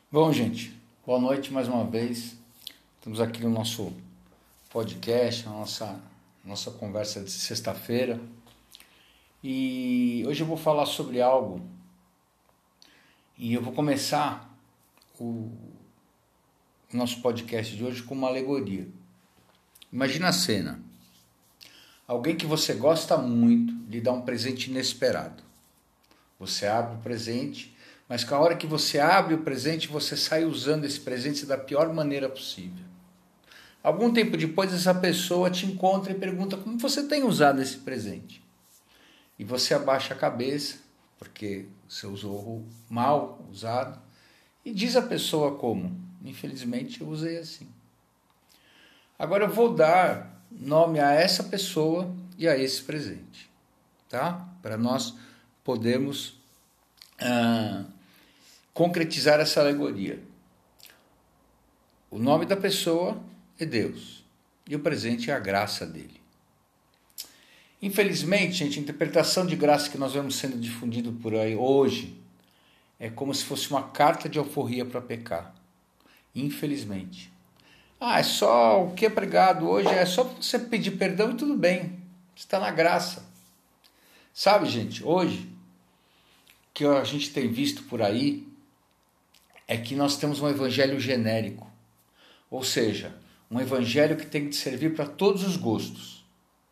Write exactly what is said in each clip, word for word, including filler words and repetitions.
Bom, gente, boa noite mais uma vez. Estamos aqui no nosso podcast, na nossa, nossa conversa de sexta-feira. E hoje eu vou falar sobre algo e eu vou começar o nosso podcast de hoje com uma alegoria. Imagina a cena. Alguém que você gosta muito lhe dá um presente inesperado. Você abre o presente, mas que a hora que você abre o presente, você sai usando esse presente da pior maneira possível. Algum tempo depois, essa pessoa te encontra e pergunta como você tem usado esse presente. E você abaixa a cabeça, porque você usou mal usado, e diz a pessoa como: infelizmente eu usei assim. Agora eu vou dar nome a essa pessoa e a esse presente, tá? Para nós podermos ah, concretizar essa alegoria. O nome da pessoa é Deus e o presente é a graça dele. Infelizmente, gente, a interpretação de graça que nós vemos sendo difundido por aí hoje é como se fosse uma carta de alforria para pecar. Infelizmente. Ah, é só o que é pregado hoje, é só você pedir perdão e tudo bem. Você está na graça. Sabe, gente, hoje, o que a gente tem visto por aí é que nós temos um evangelho genérico. Ou seja, um evangelho que tem que servir para todos os gostos.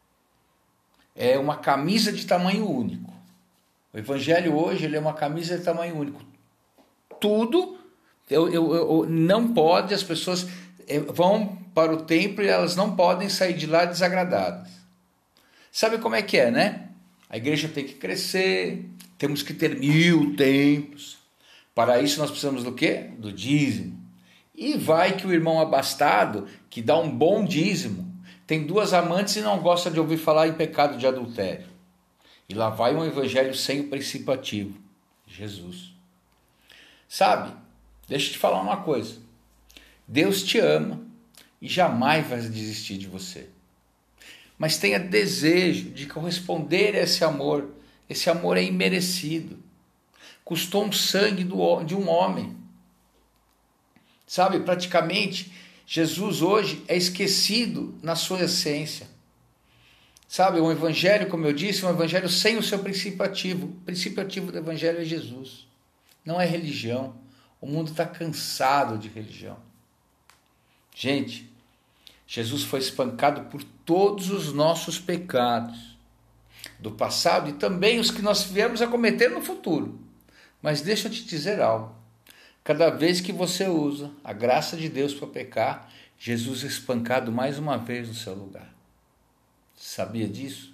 É uma camisa de tamanho único. O evangelho hoje ele é uma camisa de tamanho único. Tudo eu, eu, eu, não pode, as pessoas vão para o templo e elas não podem sair de lá desagradadas. Sabe como é que é, né? A igreja tem que crescer, temos que ter mil templos. Para isso nós precisamos do quê? Do dízimo. E vai que o irmão abastado, que dá um bom dízimo, tem duas amantes e não gosta de ouvir falar em pecado de adultério. E lá vai um evangelho sem o princípio ativo, Jesus. Sabe, deixa eu te falar uma coisa. Deus te ama e jamais vai desistir de você. Mas tenha desejo de corresponder a esse amor. Esse amor é imerecido. Custou um sangue do, de um homem. Sabe, praticamente, Jesus hoje é esquecido na sua essência. Sabe, um evangelho, como eu disse, um evangelho sem o seu princípio ativo. O princípio ativo do evangelho é Jesus. Não é religião. O mundo está cansado de religião. Gente, Jesus foi espancado por todos os nossos pecados do passado e também os que nós viemos a cometer no futuro. Mas deixa eu te dizer algo. Cada vez que você usa a graça de Deus para pecar, Jesus é espancado mais uma vez no seu lugar. Sabia disso?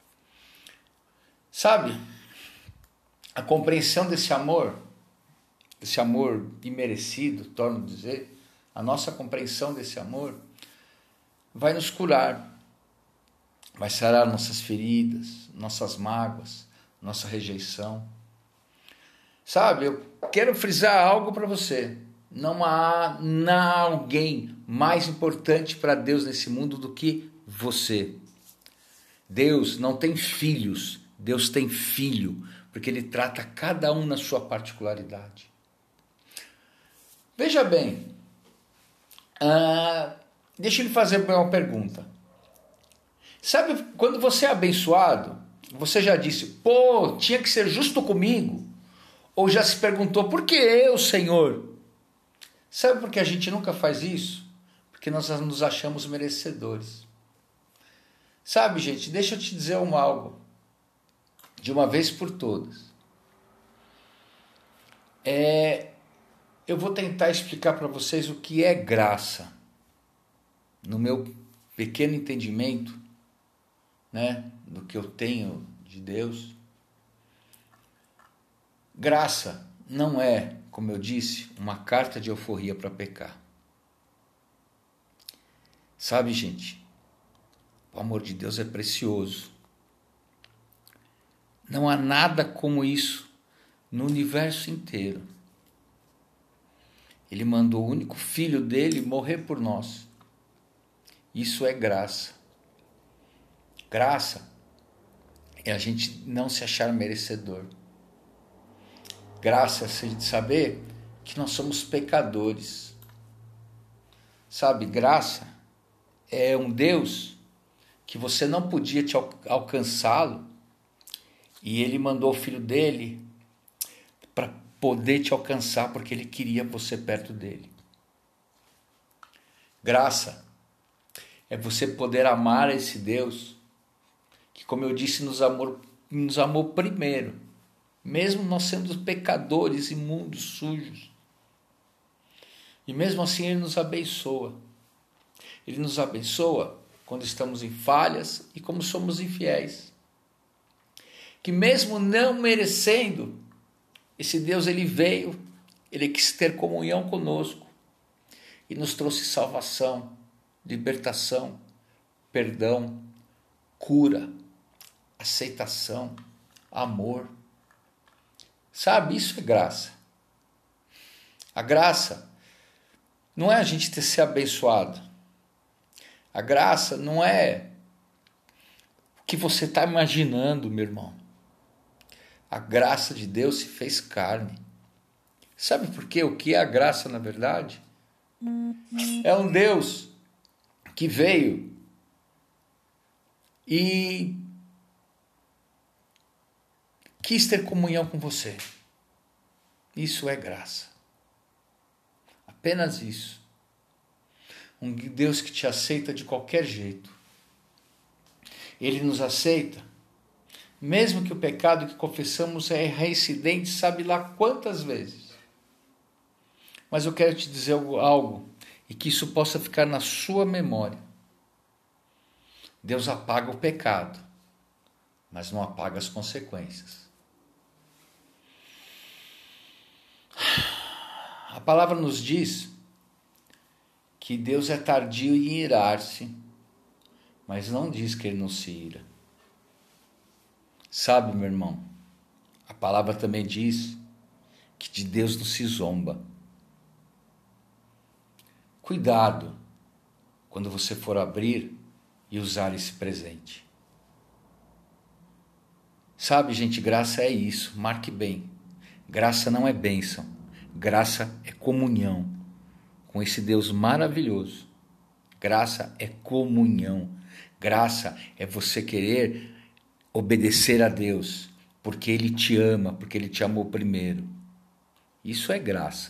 Sabe, a compreensão desse amor, esse amor imerecido, torno a dizer, a nossa compreensão desse amor vai nos curar, vai sarar nossas feridas, nossas mágoas, nossa rejeição. Sabe, eu quero frisar algo para você. Não há ninguém mais importante para Deus nesse mundo do que você. Deus não tem filhos, Deus tem filho, porque Ele trata cada um na sua particularidade. Veja bem, uh, deixa eu lhe fazer uma pergunta. Sabe, quando você é abençoado, você já disse, pô, tinha que ser justo comigo? Ou já se perguntou, por que eu, Senhor? Sabe por que a gente nunca faz isso? Porque nós nos achamos merecedores. Sabe, gente, deixa eu te dizer um algo, de uma vez por todas. É, eu vou tentar explicar para vocês o que é graça. No meu pequeno entendimento, né, do que eu tenho de Deus. Graça não é, como eu disse, uma carta de alforria para pecar. Sabe, gente, o amor de Deus é precioso. Não há nada como isso no universo inteiro. Ele mandou o único filho dele morrer por nós. Isso é graça. Graça é a gente não se achar merecedor. Graça é a gente saber que nós somos pecadores. Sabe, graça é um Deus que você não podia te al- alcançá-lo, e ele mandou o filho dele para poder te alcançar, porque ele queria você perto dele. Graça é você poder amar esse Deus que, como eu disse, nos amou, nos amou primeiro, mesmo nós sendo pecadores, imundos, sujos. E mesmo assim ele nos abençoa. Ele nos abençoa quando estamos em falhas e como somos infiéis. Que mesmo não merecendo, esse Deus ele veio, ele quis ter comunhão conosco e nos trouxe salvação, libertação, perdão, cura, aceitação, amor. Sabe, isso é graça. A graça não é a gente ter ser abençoado. A graça não é o que você está imaginando, meu irmão. A graça de Deus se fez carne. Sabe por quê? O que é a graça, na verdade? É um Deus que veio e quis ter comunhão com você. Isso é graça. Apenas isso. Um Deus que te aceita de qualquer jeito. Ele nos aceita, mesmo que o pecado que confessamos é reincidente, sabe lá quantas vezes. Mas eu quero te dizer algo, e que isso possa ficar na sua memória. Deus apaga o pecado, mas não apaga as consequências. A palavra nos diz que Deus é tardio em irar-se, mas não diz que ele não se ira. Sabe, meu irmão, a palavra também diz que de Deus não se zomba. Cuidado quando você for abrir e usar esse presente. Sabe, gente, graça é isso, marque bem. Graça não é bênção, graça é comunhão com esse Deus maravilhoso. Graça é comunhão. Graça é você querer obedecer a Deus, porque Ele te ama, porque Ele te amou primeiro. Isso é graça.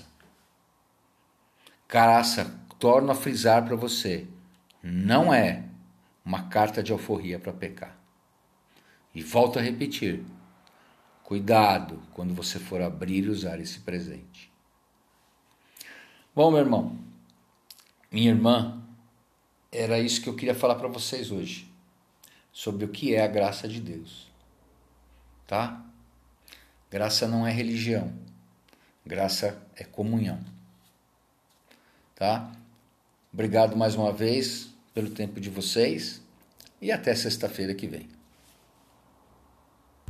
Graça, torno a frisar para você, não é uma carta de alforria para pecar. E volto a repetir, cuidado quando você for abrir e usar esse presente. Bom, meu irmão, minha irmã, era isso que eu queria falar para vocês hoje, sobre o que é a graça de Deus, tá? Graça não é religião, graça é comunhão, tá? Obrigado mais uma vez pelo tempo de vocês e até sexta-feira que vem.